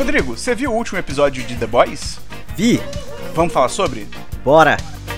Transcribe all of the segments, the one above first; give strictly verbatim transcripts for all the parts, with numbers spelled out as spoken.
Rodrigo, você viu o último episódio de The Boys? Vi. Vamos falar sobre? Bora.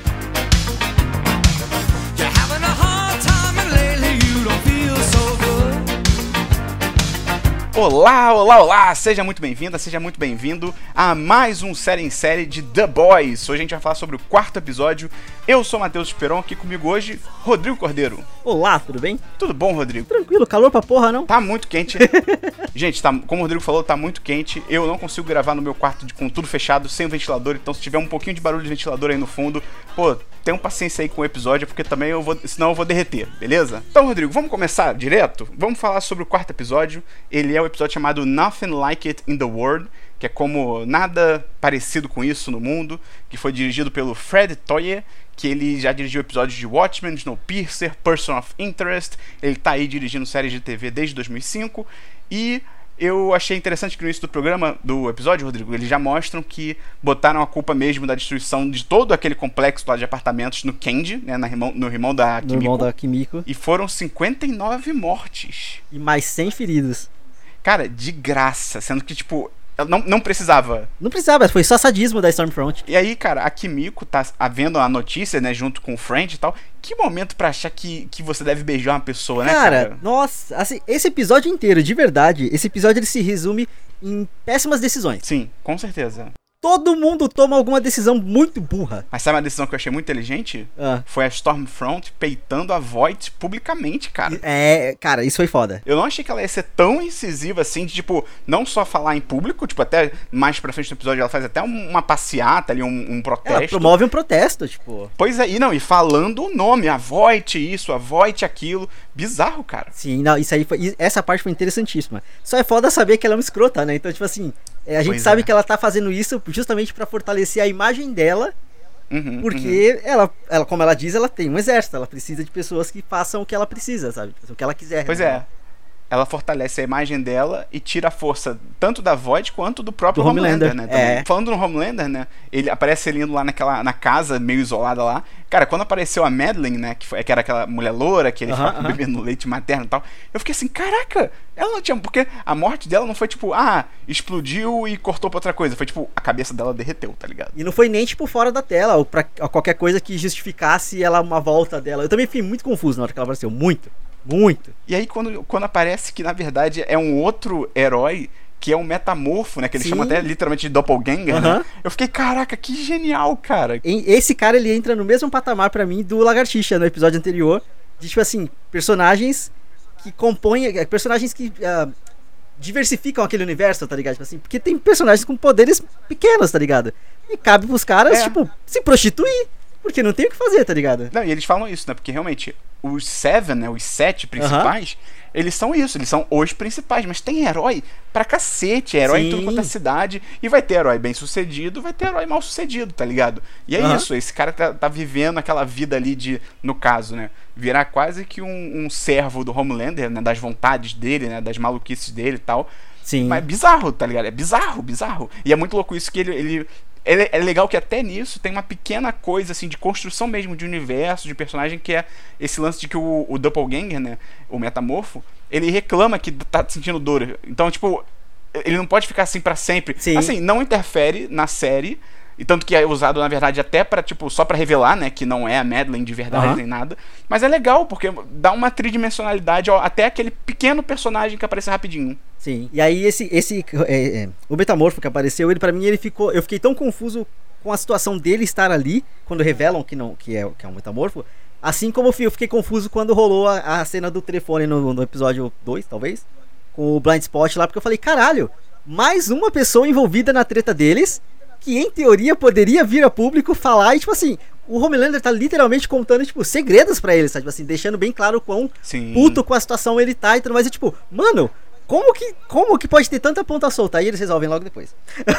Olá, olá, olá! Seja muito bem-vinda, seja muito bem-vindo a mais um Série em Série de The Boys. Hoje a gente vai falar sobre o quarto episódio. Eu sou o Matheus Esperon, aqui comigo hoje, Rodrigo Cordeiro. Olá, tudo bem? Tudo bom, Rodrigo? Tranquilo, calor pra porra, não? Tá muito quente. Gente, tá, como o Rodrigo falou, tá muito quente. Eu não consigo gravar no meu quarto de, com tudo fechado, sem o ventilador. Então se tiver um pouquinho de barulho de ventilador aí no fundo, pô, tenham paciência aí com o episódio, porque também eu vou, senão eu vou derreter, beleza? Então, Rodrigo, vamos começar direto? Vamos falar sobre o quarto episódio. Ele é o episódio chamado Nothing Like It in the World, que é como nada parecido com isso no mundo, que foi dirigido pelo Fred Toye, que ele já dirigiu episódios de Watchmen, Snowpiercer, Person of Interest. Ele tá aí dirigindo séries de T V desde dois mil e cinco. E eu achei interessante que no início do programa, do episódio, Rodrigo, eles já mostram que botaram a culpa mesmo da destruição de todo aquele complexo lá de apartamentos no Kenji, né, na irmão, no irmão da Kimiko. No irmão da Kimiko. E foram cinquenta e nove mortes. E mais cem feridos. Cara, de graça, sendo que, tipo, não, não precisava. Não precisava, foi só sadismo da Stormfront. E aí, cara, a Kimiko tá vendo a notícia, né, junto com o French e tal. Que momento pra achar que, que você deve beijar uma pessoa, né, cara? Cara, nossa, assim, esse episódio inteiro, de verdade, esse episódio ele se resume em péssimas decisões. Sim, com certeza. Todo mundo toma alguma decisão muito burra. Mas sabe uma decisão que eu achei muito inteligente? Ah. Foi a Stormfront peitando a Voight publicamente, cara. É, cara, isso foi foda. Eu não achei que ela ia ser tão incisiva assim, de, tipo, não só falar em público, tipo, até mais pra frente do episódio ela faz até uma passeata ali, um, um protesto. Ela promove um protesto, tipo. Pois é, e não, e falando o nome, a Voight isso, a Voight aquilo. Bizarro, cara. Sim, não, isso aí foi, essa parte foi interessantíssima. Só é foda saber que ela é uma escrota, né? Então, tipo assim, é, a gente Pois sabe é. que ela tá fazendo isso justamente pra fortalecer a imagem dela. Uhum, Porque uhum. ela, ela, como ela diz, ela tem um exército. Ela precisa de pessoas que façam o que ela precisa, sabe? O que ela quiser. Pois né? é. Ela fortalece a imagem dela e tira a força tanto da Voight quanto do próprio Do Homelander, Homelander, né? Também. é. Falando no Homelander, né? Ele aparece ele indo lá naquela, na casa, meio isolada lá. Cara, quando apareceu a Madeline, né? Que, foi, que era aquela mulher loura, que ele Aham, ficava aham. bebendo leite materno e tal. Eu fiquei assim, caraca, ela não tinha... Porque a morte dela não foi tipo, ah, explodiu e cortou pra outra coisa. Foi tipo, a cabeça dela derreteu, tá ligado? E não foi nem, tipo, fora da tela, ou pra ou qualquer coisa que justificasse ela, uma volta dela. Eu também fiquei muito confuso na hora que ela apareceu. Muito. Muito. E aí quando, quando aparece que na verdade é um outro herói, que é um metamorfo, né? Que eles Sim. chamam até literalmente de doppelganger, Aham. né? Eu fiquei, caraca, que genial, cara. E esse cara, ele entra no mesmo patamar pra mim do Lagartixa no episódio anterior. De, tipo assim, personagens que compõem... eh, Personagens que ah, diversificam aquele universo, tá ligado? Tipo assim, porque tem personagens com poderes pequenos, tá ligado? E cabe pros caras, É. tipo, se prostituir. Porque não tem o que fazer, tá ligado? Não, e eles falam isso, né? Porque realmente os Seven, né? Os sete principais, eles são isso, eles são os principais, mas tem herói pra cacete, herói Sim. em tudo quanto é cidade, e vai ter herói bem sucedido, vai ter herói mal sucedido, tá ligado? E é Aham. isso, esse cara tá, tá vivendo aquela vida ali de, no caso, né? Virar quase que um, um servo do Homelander, né? Das vontades dele, né? Das maluquices dele e tal. Sim. Mas é bizarro, tá ligado? É bizarro, bizarro. E é muito louco isso que ele... ele É, é legal que até nisso tem uma pequena coisa assim de construção mesmo de universo, de personagem, que é esse lance de que o, o Doppelganger, né, o metamorfo, ele reclama que tá sentindo dor. Então, tipo, ele não pode ficar assim pra sempre. Sim. Assim, não interfere na série, e tanto que é usado, na verdade, até pra, tipo, só pra revelar, né, que não é a Madeline de verdade, Aham. nem nada. Mas é legal, porque dá uma tridimensionalidade ó, até aquele pequeno personagem que aparece rapidinho. Sim. E aí esse, esse é, é, o metamorfo que apareceu, ele para mim ele ficou, eu fiquei tão confuso com a situação dele estar ali quando revelam que não que é, que é um metamorfo, assim como eu fiquei confuso quando rolou a, a cena do telefone no, no episódio dois, talvez, com o Blind Spot lá, porque eu falei, caralho, mais uma pessoa envolvida na treta deles, que em teoria poderia vir a público falar e tipo assim, o Homelander tá literalmente contando, tipo, segredos pra eles, sabe? Tipo assim, deixando bem claro o quão Sim. puto com a situação ele tá e tudo mais. E tipo, mano, como que, como que pode ter tanta ponta solta? Aí eles resolvem logo depois.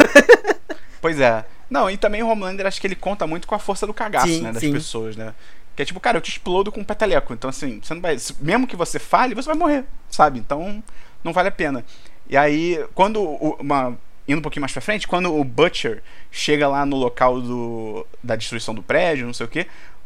Pois é. Não, e também o Homelander, acho que ele conta muito com a força do cagaço, Sim, né, das sim. pessoas, né? Que é tipo, cara, eu te explodo com um peteleco. Então, assim, você não vai... Mesmo que você fale, você vai morrer, sabe? Então, não vale a pena. E aí, quando o- uma... Indo um pouquinho mais pra frente, quando o Butcher chega lá no local do, da destruição do prédio, não sei o quê,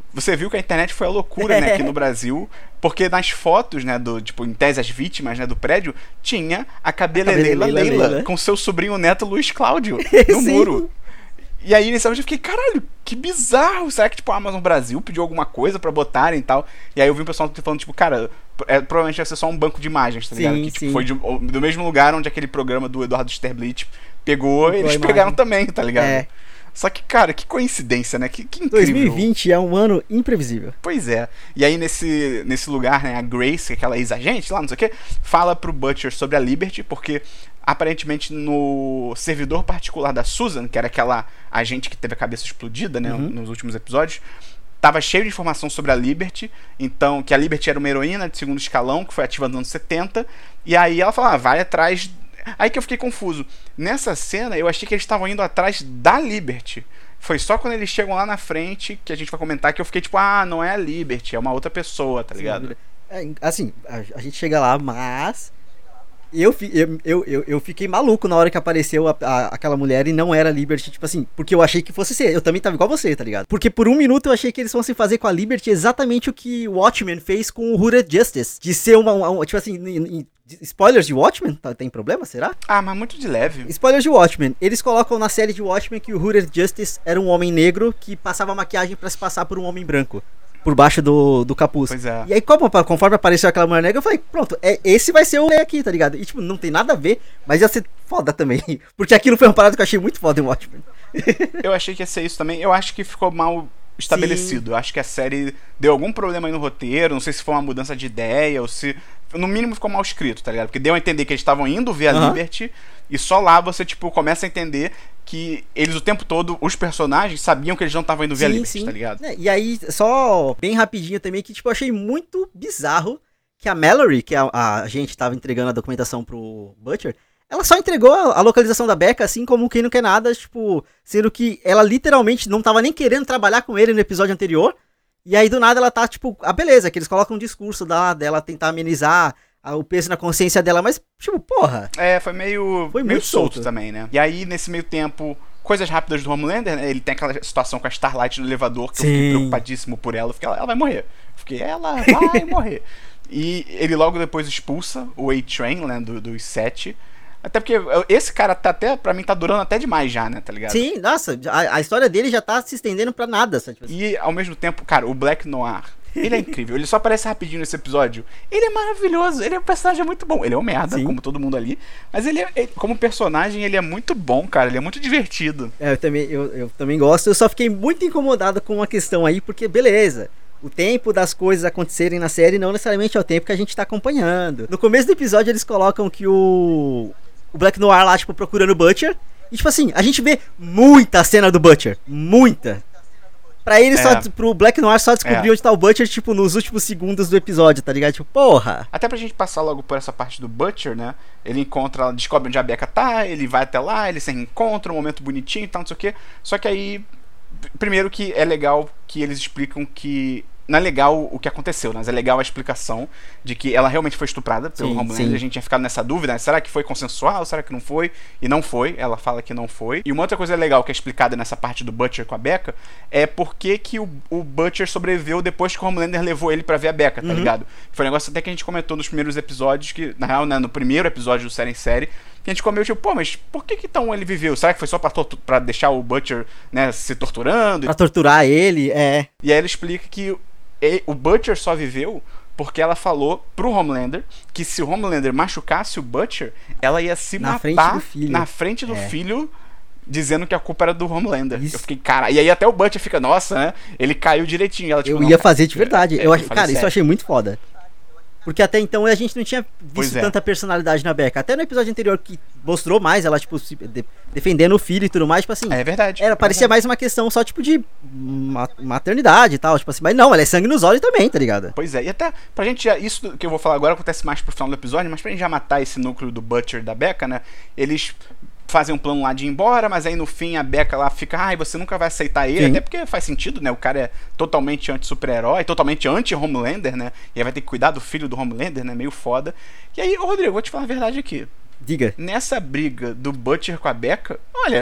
você viu que a internet foi a loucura, né, aqui no Brasil, porque nas fotos, né, do, tipo, em tese as vítimas, né, do prédio, tinha a cabeleleila Leila, Leila com seu sobrinho neto Luiz Cláudio no muro. E aí, inicialmente, eu fiquei, caralho, que bizarro. Será que, tipo, a Amazon Brasil pediu alguma coisa pra botarem e tal? E aí eu vi o pessoal falando, tipo, cara, é, provavelmente deve ser só um banco de imagens, tá ligado? Sim, que tipo, sim. foi de, do mesmo lugar onde aquele programa do Eduardo Sterblitz pegou, e eles pegaram também, tá ligado? É. Só que, cara, que coincidência, né? Que, que incrível. dois mil e vinte é um ano imprevisível. Pois é. E aí, nesse, nesse lugar, né, a Grace, aquela ex-agente lá, não sei o quê, fala pro Butcher sobre a Liberty, porque aparentemente no servidor particular da Susan, que era aquela agente que teve a cabeça explodida, né, uhum. nos últimos episódios, tava cheio de informação sobre a Liberty, então, que a Liberty era uma heroína de segundo escalão, que foi ativa nos anos setenta, e aí ela fala, ah, vai atrás... Aí que eu fiquei confuso. Nessa cena, eu achei que eles estavam indo atrás da Liberty. Foi só quando eles chegam lá na frente, que a gente vai comentar, que eu fiquei tipo, ah, não é a Liberty, é uma outra pessoa, tá ligado? É, assim, a, a gente chega lá, mas... Eu, eu, eu, eu, eu fiquei maluco na hora que apareceu a, a, aquela mulher e não era a Liberty, tipo assim, porque eu achei que fosse ser, eu também tava igual você, tá ligado? Porque por um minuto eu achei que eles fossem fazer com a Liberty exatamente o que o Watchmen fez com o Hooded Justice, de ser uma, uma tipo assim, em, em, spoilers de Watchmen, tá, tem problema, será? Ah, mas muito de leve. Spoilers de Watchmen, eles colocam na série de Watchmen que o Hooded Justice era um homem negro que passava maquiagem pra se passar por um homem branco. Por baixo do, do capuz. Pois é. E aí, como, conforme apareceu aquela mulher negra, eu falei, pronto, é, esse vai ser o Lei aqui, tá ligado? E tipo, não tem nada a ver, mas ia ser foda também. Porque aquilo foi uma parada que eu achei muito foda em Watchmen. Eu achei que ia ser isso também. Eu acho que ficou mal estabelecido. Sim. Eu acho que a série deu algum problema aí no roteiro. Não sei se foi uma mudança de ideia ou se... No mínimo ficou mal escrito, tá ligado? Porque deu a entender que eles estavam indo ver a uhum. Liberty e só lá você, tipo, começa a entender que eles o tempo todo, os personagens, sabiam que eles não estavam indo ver sim, a Liberty, sim. tá ligado? É, e aí, só bem rapidinho também, que tipo, eu achei muito bizarro que a Mallory, que a, a gente tava entregando a documentação pro Butcher, ela só entregou a, a localização da Becca, assim como quem não quer nada, tipo, sendo que ela literalmente não tava nem querendo trabalhar com ele no episódio anterior, e aí do nada ela tá, tipo, ah, beleza, que eles colocam um discurso da, dela tentar amenizar o peso na consciência dela, mas, tipo, porra. É, foi meio, foi meio muito solto, solto também, né? E aí, nesse meio tempo, coisas rápidas do Homelander, né? Ele tem aquela situação com a Starlight no elevador, que Sim. eu fiquei preocupadíssimo por ela. Eu fiquei, ela, ela vai morrer. Eu fiquei, ela vai morrer. E ele logo depois expulsa o A-Train, né, do, dos sete. Até porque esse cara tá até, pra mim, tá durando até demais já, né, tá ligado? Sim, nossa, a, a história dele já tá se estendendo pra nada, sabe? E, ao mesmo tempo, cara, o Black Noir, ele é incrível, ele só aparece rapidinho nesse episódio. Ele é maravilhoso, ele é um personagem muito bom. Ele é um merda, Sim. como todo mundo ali. Mas ele, é, ele, como personagem, ele é muito bom, cara. Ele é muito divertido. É, eu também, eu, eu também gosto. Eu só fiquei muito incomodado com uma questão aí, porque, beleza, o tempo das coisas acontecerem na série não necessariamente é o tempo que a gente tá acompanhando. No começo do episódio, eles colocam que o, o Black Noir lá, tipo, procurando o Butcher. E, tipo assim, a gente vê muita cena do Butcher. Muita. Pra ele, é. só, pro Black Noir só descobrir é. onde tá o Butcher, tipo, nos últimos segundos do episódio, tá ligado? Tipo, porra! Até pra gente passar logo por essa parte do Butcher, né? Ele encontra, descobre onde a Becca tá, ele vai até lá, eles se encontram, um momento bonitinho e tal, não sei o quê. Só que aí, primeiro que é legal que eles explicam que... Não é legal o que aconteceu, mas é legal a explicação de que ela realmente foi estuprada pelo Homelander. A gente tinha ficado nessa dúvida, né? Será que foi consensual? Será que não foi? E não foi, ela fala que não foi. E uma outra coisa legal que é explicada nessa parte do Butcher com a Becca é por que que o, o Butcher sobreviveu depois que o Homelander levou ele pra ver a Becca, tá uhum. ligado? Foi um negócio até que a gente comentou nos primeiros episódios, que na real, né, no primeiro episódio do Série em Série, que a gente comeu, tipo, pô, mas por que que então ele viveu? Será que foi só pra, pra deixar o Butcher, né, se torturando? Pra torturar ele, é. E aí ela explica que o Butcher só viveu porque ela falou pro Homelander que se o Homelander machucasse o Butcher, ela ia se na matar frente do filho. na frente do é. filho, dizendo que a culpa era do Homelander. Isso. Eu fiquei, cara, e aí até o Butcher fica, nossa, né? Ele caiu direitinho. Ela, tipo, eu ia fazer de verdade. É, eu, eu cara, sério. Isso eu achei muito foda. Porque até então a gente não tinha pois visto é. tanta personalidade na Becca. Até no episódio anterior que mostrou mais ela, tipo, se de, defendendo o filho e tudo mais, tipo assim. É verdade. Era, é parecia verdade. mais uma questão só, tipo, de ma- maternidade e tal. Tipo assim, mas não, ela é sangue nos olhos também, tá ligado? Pois é, e até pra gente já, isso que eu vou falar agora acontece mais pro final do episódio, mas pra gente já matar esse núcleo do Butcher e da Becca, né? Eles fazem um plano lá de ir embora, mas aí no fim a Becca lá fica, ai, você nunca vai aceitar ele, Sim. até porque faz sentido, né? O cara é totalmente anti-super-herói, totalmente anti-Homelander, né? E aí vai ter que cuidar do filho do Homelander, né? Meio foda. E aí, ô Rodrigo, eu vou te falar a verdade aqui. Diga. Nessa briga do Butcher com a Becca, olha,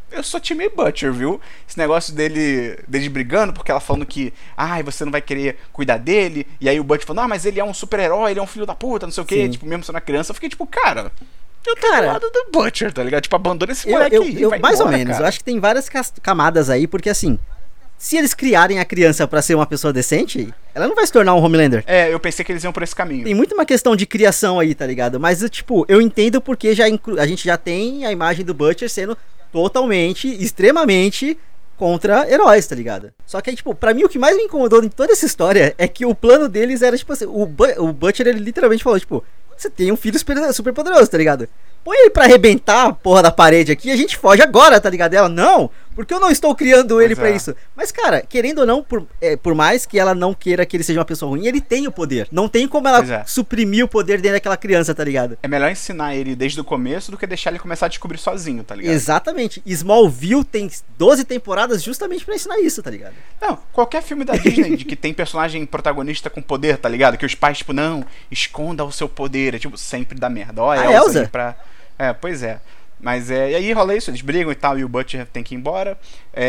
eu sou time Butcher, viu? Esse negócio dele, deles brigando, porque ela falando que, ai, você não vai querer cuidar dele, e aí o Butcher falando, ah, mas ele é um super-herói, ele é um filho da puta, não sei o quê, tipo, mesmo sendo uma criança, eu fiquei tipo, cara, eu tô cara, do lado do Butcher, tá ligado? Tipo, abandona esse moleque eu, aí, eu, vai mais embora, ou menos, cara. eu acho que tem várias camadas aí, porque assim, se eles criarem a criança pra ser uma pessoa decente, ela não vai se tornar um Homelander. É, eu pensei que eles iam por esse caminho. Tem muito uma questão de criação aí, tá ligado? Mas, tipo, eu entendo porque já inclu... a gente já tem a imagem do Butcher sendo totalmente, extremamente contra heróis, tá ligado? Só que aí, tipo, pra mim o que mais me incomodou em toda essa história é que o plano deles era, tipo assim, o, Bu- o Butcher, ele literalmente falou, tipo, você tem um filho super, super poderoso, tá ligado? Põe ele pra arrebentar a porra da parede aqui e a gente foge agora, tá ligado? Ela, não, porque eu não estou criando ele Pois pra é. isso. Mas, cara, querendo ou não, por, é, por mais que ela não queira que ele seja uma pessoa ruim, ele tem o poder. Não tem como ela Pois é. suprimir o poder dentro daquela criança, tá ligado? É melhor ensinar ele desde o começo do que deixar ele começar a descobrir sozinho, tá ligado? Exatamente. Smallville tem doze temporadas justamente pra ensinar isso, tá ligado? Não, qualquer filme da Disney de que tem personagem protagonista com poder, tá ligado? Que os pais, tipo, não, esconda o seu poder. É tipo, sempre dá merda. Ó, A Elsa Elsa. aí pra... É, pois é. Mas é. E aí rola isso, eles brigam e tal, e o Butcher tem que ir embora.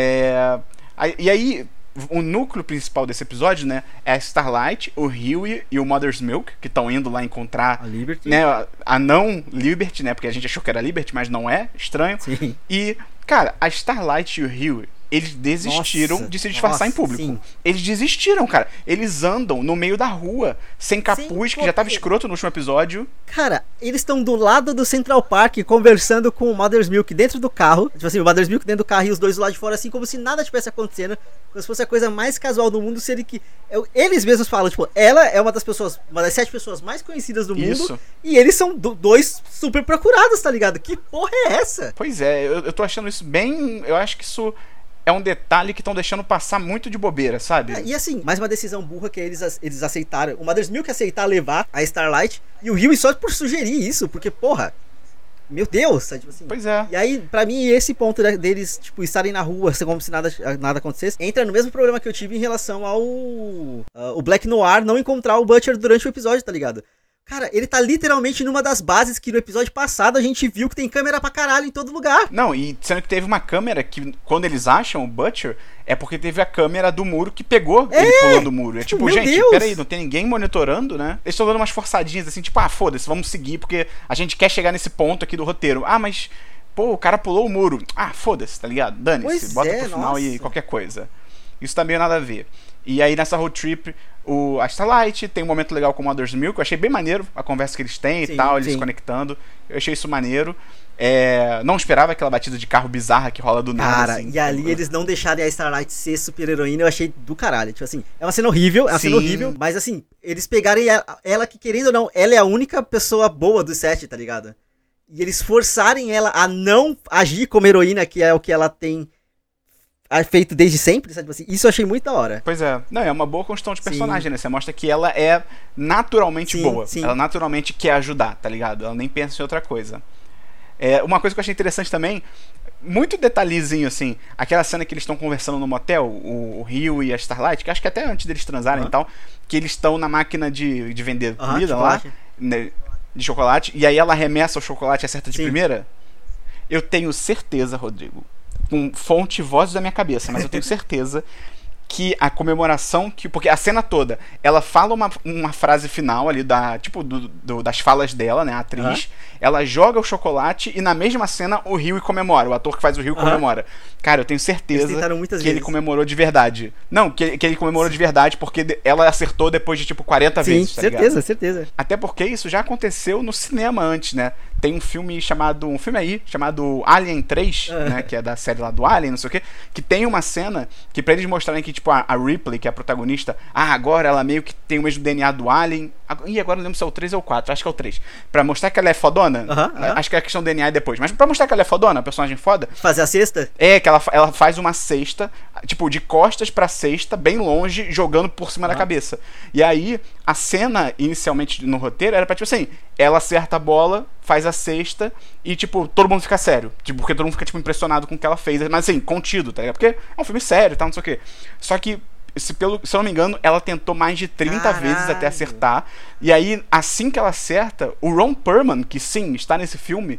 É. aí- E aí, o núcleo principal desse episódio, né, é a Starlight, o Huey e o Mother's Milk, que estão indo lá encontrar, A Liberty. né, a- a não Liberty, né, porque a gente achou que era Liberty, mas não é, estranho. Sim. E, cara, a Starlight e o Huey, eles desistiram Nossa, de se disfarçar nossa, em público. sim. Eles desistiram, cara. Eles andam no meio da rua, sem capuz, que já tava poder. escroto no último episódio. Cara, eles estão do lado do Central Park conversando com o Mother's Milk dentro do carro. Tipo assim, o Mother's Milk dentro do carro e os dois do lado de fora, assim, como se nada tivesse acontecendo. Como se fosse a coisa mais casual do mundo. Se ele que. eu- Eles mesmos falam, tipo, ela é uma das pessoas, uma das sete pessoas mais conhecidas do mundo. Isso. E eles são do- dois super procurados, tá ligado? Que porra é essa? Pois é, eu, eu tô achando isso bem. Eu acho que isso é um detalhe que estão deixando passar muito de bobeira, sabe? É, e assim, mais uma decisão burra que eles, ace- eles aceitaram. O Mother's Milk aceitar levar a Starlight e o Rio só por sugerir isso, porque, porra, meu Deus, sabe? Tipo assim. Pois é. E aí, pra mim, esse ponto da- deles, tipo, estarem na rua, assim, como se nada, nada acontecesse, entra no mesmo problema que eu tive em relação ao ah, o Black Noir não encontrar o Butcher durante o episódio, tá ligado? Cara, ele tá literalmente numa das bases que no episódio passado a gente viu que tem câmera pra caralho em todo lugar. Não, e sendo que teve uma câmera que, quando eles acham o Butcher, é porque teve a câmera do muro que pegou ele pulando o muro. É tipo, meu gente, Deus. peraí, não tem ninguém monitorando, né? Eles estão dando umas forçadinhas assim, tipo, ah, foda-se, vamos seguir, porque a gente quer chegar nesse ponto aqui do roteiro. Ah, mas, pô, o cara pulou o muro. Ah, foda-se, tá ligado? Dane-se, Pois bota é, pro final nossa. e qualquer coisa. Isso tá meio nada a ver. E aí nessa road trip, o, a Starlight tem um momento legal com o Mother's Milk. Eu achei bem maneiro a conversa que eles têm Sim, e tal, eles sim. se conectando. Eu achei isso maneiro. É, não esperava aquela batida de carro bizarra que rola do nada. Cara, assim. e ali eles não deixarem a Starlight ser super heroína, eu achei do caralho. Tipo assim, é uma cena horrível, é uma Sim. cena horrível, mas assim, eles pegarem ela, ela que, querendo ou não, ela é a única pessoa boa do set, tá ligado? E eles forçarem ela a não agir como heroína, que é o que ela tem ah, feito desde sempre, sabe? Tipo assim, isso eu achei muito da hora. Pois é. Não, é uma boa construção de Sim. personagem, né? Você mostra que ela é naturalmente Sim, boa. sim. Ela naturalmente quer ajudar, tá ligado? Ela nem pensa em outra coisa. É, uma coisa que eu achei interessante também, muito detalhezinho, assim, aquela cena que eles estão conversando no motel, o, o Rio e a Starlight, que acho que até antes deles transarem Aham. e tal, que eles estão na máquina de, de vender Aham, comida lá, chocolate. né, de chocolate, e aí ela arremessa o chocolate e acerta de Sim. primeira. Eu tenho certeza, Rodrigo, com fonte e voz da minha cabeça, mas eu tenho certeza que a comemoração, que porque a cena toda, ela fala uma, uma frase final ali, da tipo do, do- das falas dela, né, a atriz, Aham. ela joga o chocolate e na mesma cena o Rio comemora, o ator que faz o Rio Aham. comemora. Cara, eu tenho Eles certeza tentaram muitas que ele vezes. comemorou de verdade. Não, que, que ele comemorou de verdade porque de- ela acertou depois de tipo quarenta Sim, vezes, tá ligado? certeza, certeza. Até porque isso já aconteceu no cinema antes, né? Tem um filme chamado. Um filme aí, chamado Alien três, Ah. né? Que é da série lá do Alien, não sei o quê. Que tem uma cena que, pra eles mostrarem que, tipo, a, a Ripley, que é a protagonista, ah, agora ela meio que tem o mesmo D N A do Alien. Ag- Ih, agora não lembro se é o três ou o quatro, acho que é o três. Pra mostrar que ela é fodona. Aham, aham. Acho que a questão do D N A é depois. Mas pra mostrar que ela é fodona, a personagem foda, Fazer a cesta? é que ela, fa- ela faz uma cesta, tipo, de costas pra cesta, bem longe, jogando por cima da Ah. cabeça. E aí, a cena, inicialmente no roteiro, era pra, tipo assim, ela acerta a bola, faz a cesta e, tipo, todo mundo fica sério. Tipo, porque todo mundo fica, tipo, impressionado com o que ela fez. Mas, assim, contido, tá ligado? Porque é um filme sério e tal, não sei o quê. Só que, se, pelo, se eu não me engano, ela tentou mais de trinta Caralho. vezes até acertar. E aí, assim que ela acerta, o Ron Perlman, que sim, está nesse filme,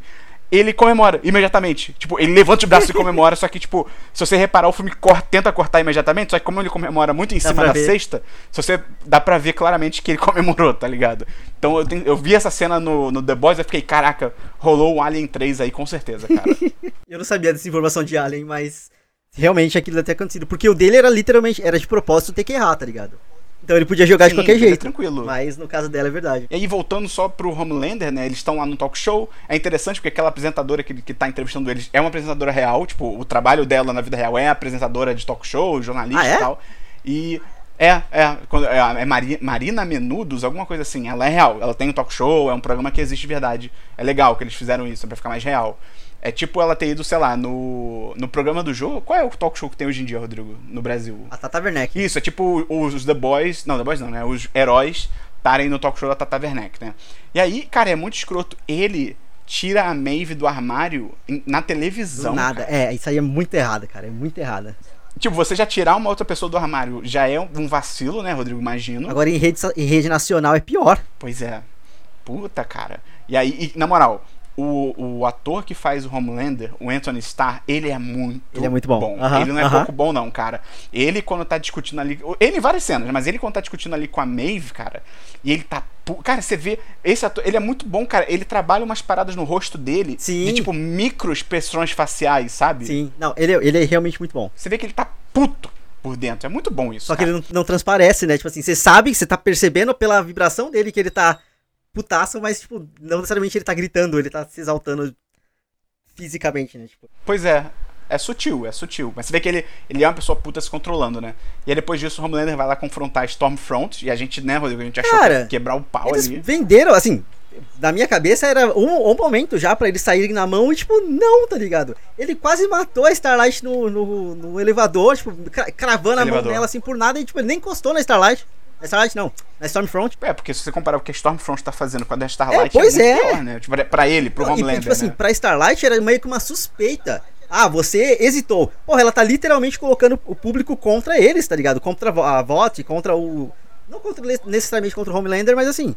ele comemora imediatamente. Tipo, ele levanta os braços e comemora, só que, tipo, se você reparar, o filme cor- tenta cortar imediatamente, só que como ele comemora muito em Dá cima pra da ver. cesta, se você dá pra ver claramente que ele comemorou, tá ligado? Então eu, tenho- eu vi essa cena no, no The Boys e fiquei, caraca, rolou o Alien três aí com certeza, cara. Eu não sabia dessa informação de Alien, mas realmente aquilo deve ter acontecido. Porque o dele era literalmente, era de propósito ter que errar, tá ligado? Então ele podia jogar Sim, de qualquer mas é jeito. tranquilo. Mas no caso dela é verdade. E aí, voltando só pro Homelander, né? Eles estão lá no talk show. É interessante porque aquela apresentadora que, que tá entrevistando eles é uma apresentadora real. Tipo, o trabalho dela na vida real é apresentadora de talk show, jornalista Ah, é? e tal. E é, é, quando, é, é Mari- Marina Menudos, alguma coisa assim. Ela é real. Ela tem um talk show, é um programa que existe de verdade. É legal que eles fizeram isso, pra ficar mais real. É tipo ela ter ido, sei lá, no, no programa do jogo. Qual é o talk show que tem hoje em dia, Rodrigo, no Brasil? A Tata Werneck. Isso, é tipo os, os The Boys. Não, The Boys não, né? Os heróis estarem no talk show da Tata Werneck, né? E aí, cara, é muito escroto. Ele tira a Maeve do armário em- na televisão. Do nada. cara. É, isso aí é muito errado, cara. É muito errado. Tipo, você já tirar uma outra pessoa do armário já é um um vacilo, né, Rodrigo? Imagino. Agora em rede, em rede nacional é pior. Pois é. Puta, cara. E aí, e, na moral, o, o ator que faz o Homelander, o Anthony Starr, ele é muito Ele é muito bom. Aham, Ele não é aham. pouco bom, não, cara. Ele, quando tá discutindo ali... Ele em várias cenas, mas ele quando tá discutindo ali com a Maeve, cara, e ele tá... pu- Cara, você vê... Esse ator, ele é muito bom, cara. Ele trabalha umas paradas no rosto dele Sim. de, tipo, micro expressões faciais, sabe? Sim. Não, ele, é- ele é realmente muito bom. Você vê que ele tá puto por dentro. É muito bom isso, Só que cara. ele não, não transparece, né? Tipo assim, você sabe, você tá percebendo pela vibração dele que ele tá putaço, mas, tipo, não necessariamente ele tá gritando, ele tá se exaltando fisicamente, né? Tipo, Pois é, é sutil, é sutil. Mas você vê que ele, ele é uma pessoa puta se controlando, né? E aí depois disso o Homelander vai lá confrontar a Stormfront. E a gente, né, Rodrigo, a gente achou Cara, que ia quebrar o pau eles ali. venderam, assim, na minha cabeça era um, um momento já pra eles saírem na mão e, tipo, não, tá ligado? Ele quase matou a Starlight no, no, no elevador, tipo, cra- cravando a mão Elevador. nela, assim, por nada, e, tipo, ele nem encostou na Starlight. Na Starlight não, na Stormfront. É, porque se você comparar o que a Stormfront tá fazendo com a da Starlight, É, pois muito é. pior, né? Tipo, pra ele, pro Não, e, Homelander, tipo assim, né? pra Starlight era meio que uma suspeita. Ah, você hesitou. Porra, ela tá literalmente colocando o público contra eles, tá ligado? Contra a VOT, contra o... Não contra, necessariamente contra o Homelander, mas assim...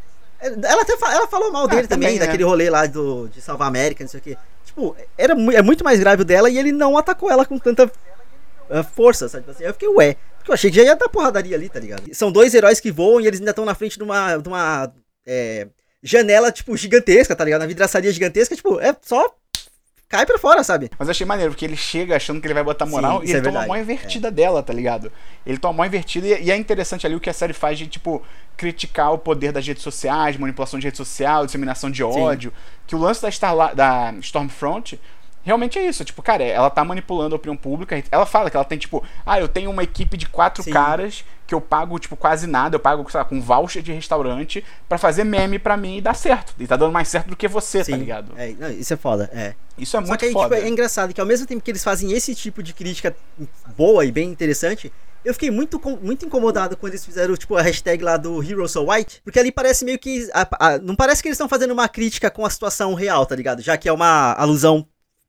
Ela até fa- ela falou mal dele também, também, né? daquele rolê lá do, de salvar a América, não sei o quê. Tipo, era, mu- é muito mais grave o dela e ele não atacou ela com tanta uh, força, sabe? Assim, eu fiquei, ué. Porque eu achei que já ia dar porradaria ali, tá ligado? São dois heróis que voam e eles ainda estão na frente de uma, de uma é, janela, tipo, gigantesca, tá ligado? Na vidraçaria gigantesca, tipo, é só cai pra fora, sabe? Mas eu achei maneiro, porque ele chega achando que ele vai botar moral Sim, e isso ele é toma a verdade. mão invertida dela, tá ligado? Ele toma a mão invertida e, e é interessante ali o que a série faz de, tipo, criticar o poder das redes sociais, manipulação de rede social, disseminação de ódio. Que o lance da, Starla- da Stormfront realmente é isso. Tipo, cara, ela tá manipulando a opinião pública. Ela fala que ela tem, tipo, ah, eu tenho uma equipe de quatro Sim. caras que eu pago, tipo, quase nada. Eu pago, sei lá, com voucher de restaurante pra fazer meme pra mim e dar certo. E tá dando mais certo do que você, tá ligado? É, não, isso é foda, é. Isso é Só muito que aí, foda. tipo, é engraçado que ao mesmo tempo que eles fazem esse tipo de crítica boa e bem interessante, eu fiquei muito, com- muito incomodado quando eles fizeram, tipo, a hashtag lá do Hero So White, porque ali parece meio que... a- a- não parece que eles estão fazendo uma crítica com a situação real, tá ligado? Já que é uma alusão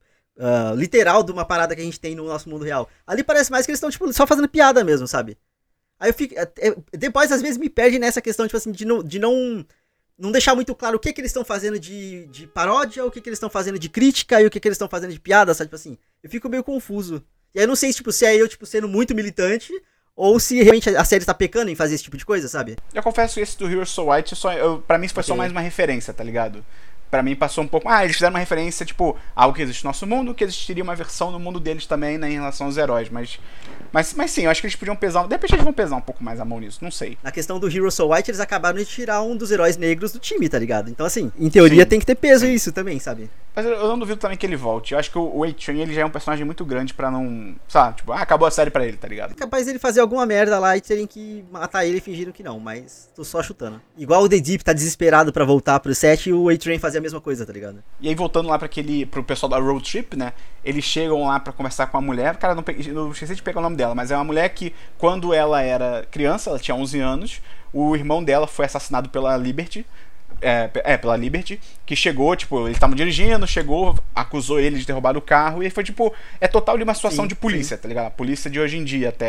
ah, literal de uma parada que a gente tem no nosso mundo real. Ali parece mais que eles estão, tipo, só fazendo piada mesmo, sabe? Aí eu fico... é- é- depois, às vezes, me perde nessa questão, tipo assim, de não... De não não deixar muito claro o que que eles estão fazendo de, de paródia, o que que eles estão fazendo de crítica e o que que eles estão fazendo de piada, sabe? Tipo assim, eu fico meio confuso. E aí eu não sei tipo, se é eu tipo, sendo muito militante ou se realmente a série tá pecando em fazer esse tipo de coisa, sabe? Eu confesso que esse do Hero So White, só, eu, pra mim, foi só Ok. mais uma referência, tá ligado? Pra mim passou um pouco... Ah, eles fizeram uma referência, tipo, algo que existe no nosso mundo, que existiria uma versão no mundo deles também, né, em relação aos heróis, mas... Mas, mas sim, eu acho que eles podiam pesar... De repente eles vão pesar um pouco mais a mão nisso, não sei. Na questão do Hero So White, eles acabaram de tirar um dos heróis negros do time, tá ligado? Então assim, em teoria Sim. tem que ter peso isso também, sabe? Mas eu, eu não duvido também que ele volte. Eu acho que o, o A-Train, ele já é um personagem muito grande pra não... Sabe, tipo, ah, acabou a série pra ele, tá ligado? É capaz dele fazer alguma merda lá e terem que matar ele e fingiram que não, mas tô só chutando. Igual o The Deep tá desesperado pra voltar pro set e o A-Train fazia a mesma coisa, tá ligado? E aí, voltando lá para aquele, pro pessoal da Road Trip, né? Eles chegam lá pra conversar com a mulher. Cara, não, peguei, não esqueci de pegar o nome dela, mas é uma mulher que, quando ela era criança, ela tinha onze anos, o irmão dela foi assassinado pela Liberty. É, é, pela Liberty, que chegou, tipo, eles estavam dirigindo, chegou, acusou ele de ter roubado o carro, e foi, tipo, é total de uma situação Sim, de polícia, sim. tá ligado? A polícia de hoje em dia, até.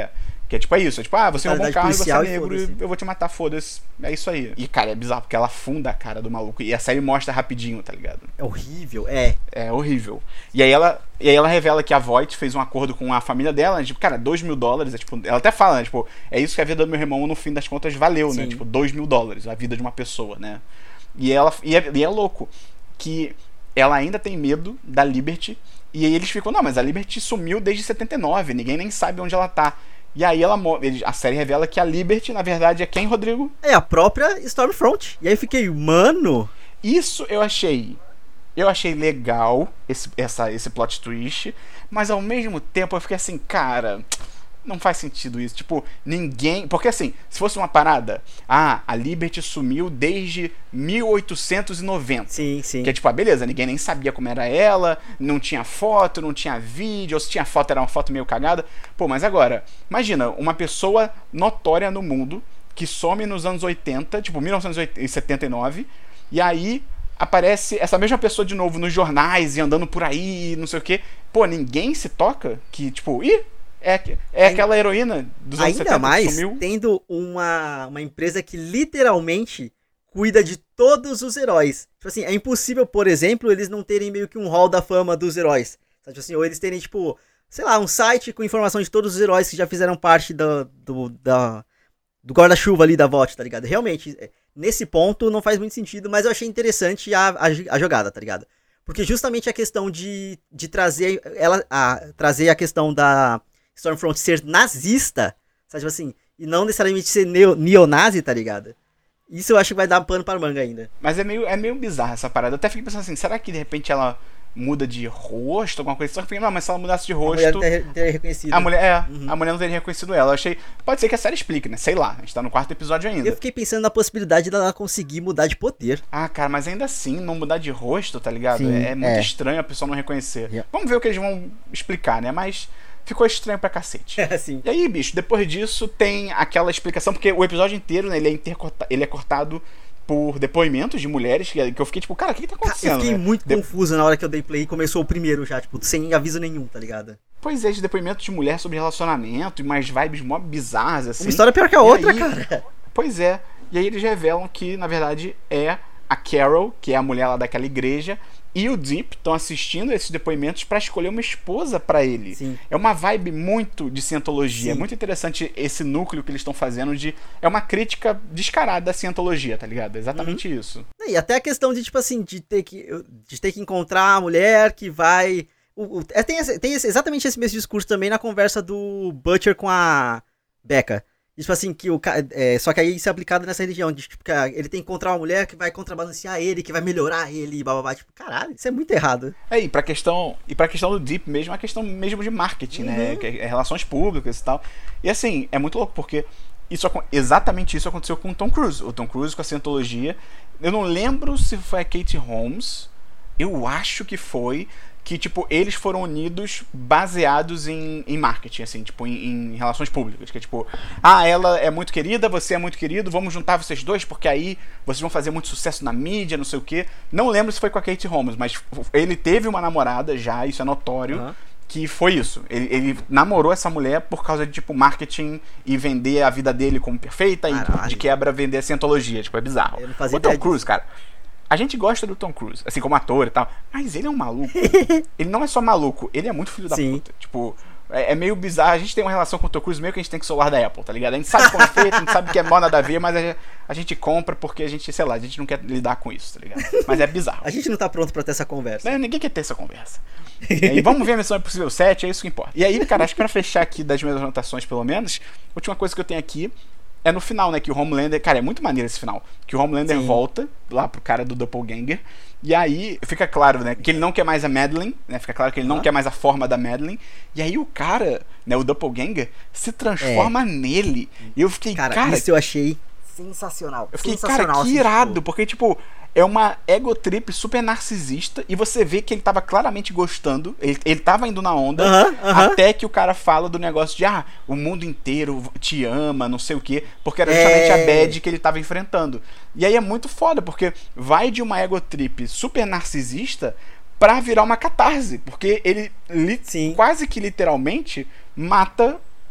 Que é tipo, é isso. É tipo, ah, você é um bom carro e você é policial e negro e foda-se. eu vou te matar, foda-se. É isso aí. E, cara, é bizarro, porque ela afunda a cara do maluco. E a série mostra rapidinho, tá ligado? É horrível, é. É horrível. E aí ela, e aí ela revela que a Voight fez um acordo com a família dela, né? Tipo, cara, dois mil dólares. É, tipo, ela até fala, né? Tipo, é isso que a vida do meu irmão, no fim das contas, valeu, Sim. né? Tipo, dois mil dólares, a vida de uma pessoa, né? E, ela, e, é, e é louco que ela ainda tem medo da Liberty. E aí eles ficam, não, mas a Liberty sumiu desde setenta e nove, ninguém nem sabe onde ela tá. E aí ela, a série revela que a Liberty, na verdade, é quem, Rodrigo? É a própria Stormfront. E aí eu fiquei, mano... Isso eu achei... Eu achei legal, esse, essa, esse plot twist, mas ao mesmo tempo eu fiquei assim, cara... Não faz sentido isso. Tipo, ninguém... Porque assim, se fosse uma parada... Ah, a Liberty sumiu desde mil oitocentos e noventa. Sim, sim. Que é tipo, ah, beleza, ninguém nem sabia como era ela, não tinha foto, não tinha vídeo, ou se tinha foto era uma foto meio cagada. Pô, mas agora, imagina, uma pessoa notória no mundo que some nos anos oitenta, tipo, mil novecentos e setenta e nove, e aí aparece essa mesma pessoa de novo nos jornais e andando por aí, não sei o quê. Pô, ninguém se toca que, tipo, ih... É, é aquela heroína dos anos Ainda setenta mais que sumiu. tendo uma, uma empresa que literalmente cuida de todos os heróis. Tipo assim, é impossível, por exemplo, eles não terem meio que um hall da fama dos heróis. Sabe, tipo assim, ou eles terem, tipo, sei lá, um site com informação de todos os heróis que já fizeram parte do, do, da, do guarda-chuva ali da V O T, tá ligado? Realmente, nesse ponto não faz muito sentido, mas eu achei interessante a, a, a jogada, tá ligado? Porque justamente a questão de, de trazer, ela, a, trazer a questão da Stormfront ser nazista, sabe, tipo assim, e não necessariamente ser neo, neonazi, tá ligado? Isso eu acho que vai dar pano para manga ainda. Mas é meio, é meio bizarro essa parada. Eu até fiquei pensando assim, será que de repente ela muda de rosto, alguma coisa? Só que eu fiquei, não, mas se ela mudasse de rosto... A mulher não teria reconhecido. A mulher, é, uhum. a mulher não teria reconhecido ela. Eu achei... Pode ser que a série explique, né? Sei lá, a gente tá no quarto episódio ainda. Eu fiquei pensando na possibilidade dela conseguir mudar de poder. Ah, cara, mas ainda assim, não mudar de rosto, tá ligado? Sim, é, é muito é. estranho a pessoa não reconhecer. Yeah. Vamos ver o que eles vão explicar, né? Mas... Ficou estranho pra cacete. Sim. E aí, bicho, depois disso tem aquela explicação, porque o episódio inteiro, né, ele é, intercorta, ele é cortado por depoimentos de mulheres, que, que eu fiquei tipo, cara, o que, que tá acontecendo? Eu fiquei né? muito de... confuso na hora que eu dei play e começou o primeiro já, tipo, sem aviso nenhum, tá ligado? Pois é, de depoimentos de mulher sobre relacionamento e umas vibes mó bizarras, assim. Uma história pior que a E outra, aí, cara. Pois é. E aí eles revelam que, na verdade, é a Carol, que é a mulher lá daquela igreja, e o Deep estão assistindo esses depoimentos pra escolher uma esposa pra ele. Sim. É uma vibe muito de cientologia. Sim. É muito interessante esse núcleo que eles estão fazendo de... É uma crítica descarada da cientologia, tá ligado? É exatamente Uhum. isso. E até a questão de, tipo assim, de ter que, de ter que encontrar a mulher que vai... O, o, é, tem esse, tem esse, exatamente esse mesmo discurso também na conversa do Butcher com a Becca. Tipo assim, que o é, só que aí isso é aplicado nessa religião. De, tipo, que ele tem que encontrar uma mulher que vai contrabalancear ele, que vai melhorar ele, blá blá blá. Tipo, caralho, isso é muito errado. É, e pra questão, e pra questão do Deep mesmo, é uma questão mesmo de marketing, Uhum. né? Que é relações públicas e tal. E assim, é muito louco, porque isso, exatamente isso aconteceu com o Tom Cruise. O Tom Cruise com a cientologia. Eu não lembro se foi a Katie Holmes. Eu acho que foi. Que, tipo, eles foram unidos baseados em, em marketing, assim, tipo, em, em relações públicas. Que é tipo, ah, ela é muito querida, você é muito querido, vamos juntar vocês dois, porque aí vocês vão fazer muito sucesso na mídia, não sei o quê. Não lembro se foi com a Katie Holmes, mas ele teve uma namorada já, isso é notório, uhum. que foi isso. Ele, ele namorou essa mulher por causa de, tipo, marketing e vender a vida dele como perfeita. Caralho. E de quebra vender a cientologia. Tipo, é bizarro. Eu não fazia o Tom ideia Cruise, disso. cara... A gente gosta do Tom Cruise, assim, como ator e tal, mas ele é um maluco. Ele não é só maluco, ele é muito filho da Sim. puta. Tipo, é, é meio bizarro. A gente tem uma relação com o Tom Cruise meio que a gente tem com o celular da Apple, tá ligado? A gente sabe como é feito, a gente sabe que é mó nada a ver, mas a, a gente compra porque a gente, sei lá, a gente não quer lidar com isso, tá ligado? Mas é bizarro. A gente não tá pronto pra ter essa conversa. Não, ninguém quer ter essa conversa. E vamos ver a Missão Impossível sete, é isso que importa. E aí, cara, acho que pra fechar aqui das minhas anotações, pelo menos, a última coisa que eu tenho aqui é no final, né, que o Homelander... Cara, é muito maneiro esse final. Que o Homelander Sim. volta lá pro cara do Doppelganger. E aí fica claro, né, que ele não quer mais a Madeleine, né? Fica claro que ele não ah. quer mais a forma da Madeleine. E aí o cara, né, o Doppelganger, se transforma é. nele. E eu fiquei, cara... Cara, isso eu achei sensacional. Eu fiquei, sensacional, cara, que assim, irado. tipo... Porque, tipo... É uma ego trip super narcisista. E você vê que ele tava claramente gostando. Ele, ele tava indo na onda. Uh-huh, uh-huh. Até que o cara fala do negócio de ah, o mundo inteiro te ama, não sei o quê. Porque era justamente é... a bad que ele tava enfrentando. E aí é muito foda, porque vai de uma ego trip super narcisista pra virar uma catarse. Porque ele li- quase que literalmente mata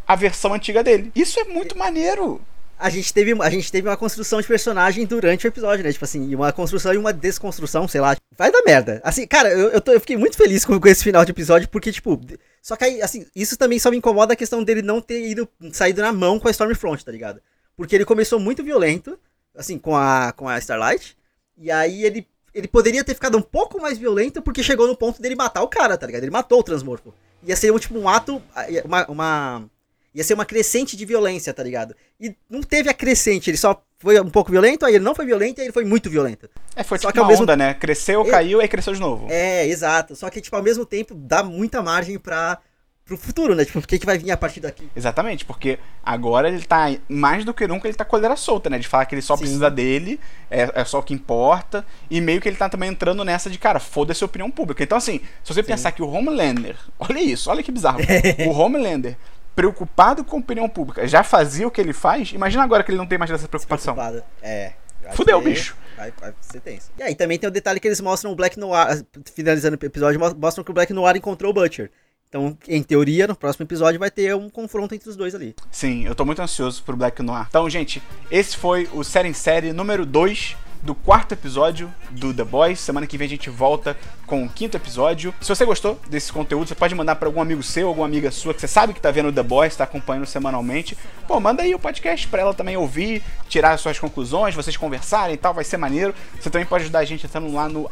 a versão antiga dele. Isso é muito maneiro. A gente, teve, a gente teve uma construção de personagem durante o episódio, né? Tipo assim, uma construção e uma desconstrução, sei lá. Vai dar merda. Assim, cara, eu, eu, tô, eu fiquei muito feliz com, com esse final de episódio, porque, tipo... Só que aí, assim, isso também só me incomoda a questão dele não ter ido, saído na mão com a Stormfront, tá ligado? Porque ele começou muito violento, assim, com a, com a Starlight. E aí ele, ele poderia ter ficado um pouco mais violento, porque chegou no ponto dele matar o cara, tá ligado? Ele matou o Transmorfo. Ia ser, um, tipo, um ato... uma... uma ia ser uma crescente de violência, tá ligado? E não teve a crescente, ele só foi um pouco violento, aí ele não foi violento, aí ele foi muito violento. É, foi só tipo que uma ao mesmo... onda, né? Cresceu, é... caiu, aí cresceu de novo. É, exato. Só que, tipo, ao mesmo tempo, dá muita margem pra... pro futuro, né? Tipo, o que, que vai vir a partir daqui? Exatamente, porque agora ele tá, mais do que nunca, ele tá com a colher solta, né? De falar que ele só Sim. precisa dele, é, é só o que importa, e meio que ele tá também entrando nessa de, cara, foda-se a opinião pública. Então, assim, se você Sim. pensar que o Homelander, olha isso, olha que bizarro, o Homelander, preocupado com a opinião pública, já fazia o que ele faz, imagina agora que ele não tem mais essa preocupação. Preocupado. É. Fudeu, bicho. Vai, vai ser tenso. E aí também tem o detalhe que eles mostram o Black Noir, finalizando o episódio, mostram que o Black Noir encontrou o Butcher. Então, em teoria, no próximo episódio vai ter um confronto entre os dois ali. Sim, eu tô muito ansioso pro Black Noir. Então, gente, esse foi o Série em Série número dois do quarto episódio do The Boys. Semana que vem a gente volta com o quinto episódio. Se você gostou desse conteúdo, você pode mandar pra algum amigo seu, alguma amiga sua que você sabe que tá vendo o The Boys, tá acompanhando semanalmente. Pô, manda aí o podcast pra ela também ouvir, tirar as suas conclusões, vocês conversarem e tal, vai ser maneiro. Você também pode ajudar a gente entrando lá no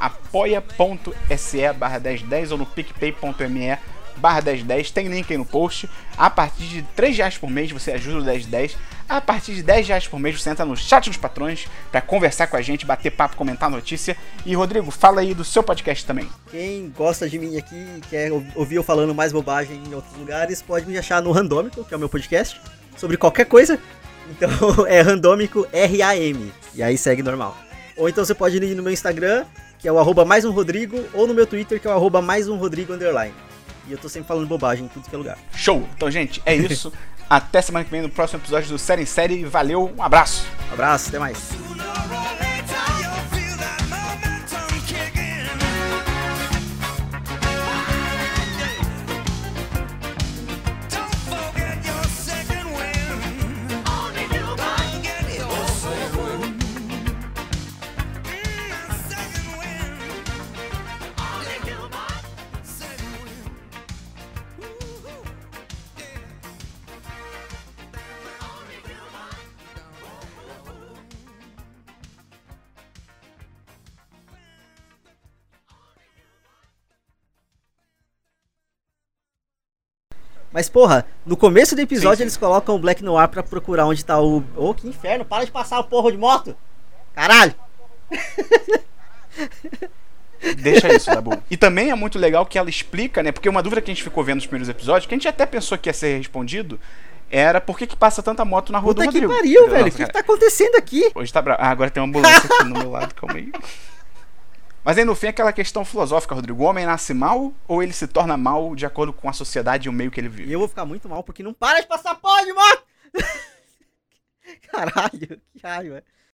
apoia.se barra dez dez ou no picpay.me barra dez dez, tem link aí no post. A partir de três reais por mês você ajuda o dez dez. A partir de dez reais por mês você entra no chat dos patrões pra conversar com a gente, bater papo, comentar notícia. E Rodrigo, fala aí do seu podcast também. Quem gosta de mim aqui e quer ouvir eu falando mais bobagem em outros lugares, pode me achar no Randômico, que é o meu podcast, sobre qualquer coisa. Então é Randômico R A M. E aí segue normal. Ou então você pode ir no meu Instagram, que é o arroba mais um Rodrigo, ou no meu Twitter, que é o arroba mais um Rodrigo underline. E eu tô sempre falando bobagem em tudo que é lugar. Show! Então, gente, é isso. Até semana que vem no próximo episódio do Série em Série. Valeu, um abraço! Um abraço, até mais! Mas, porra, no começo do episódio sim, sim. eles colocam o Black Noir pra procurar onde tá o... Ô, oh, que inferno, para de passar o porra de moto! Caralho! Deixa isso, Dabu. E também é muito legal que ela explica, né? Porque uma dúvida que a gente ficou vendo nos primeiros episódios, que a gente até pensou que ia ser respondido, era por que que passa tanta moto na rua Puta do Rodrigo. Puta que pariu, velho. O que, que tá acontecendo aqui? Hoje tá bravo. Ah, agora tem uma ambulância aqui no meu lado, calma aí. Mas aí no fim é aquela questão filosófica, Rodrigo. O homem nasce mal ou ele se torna mal de acordo com a sociedade e o meio que ele vive? E eu vou ficar muito mal porque não para de passar porra de moto! Caralho, que raiva.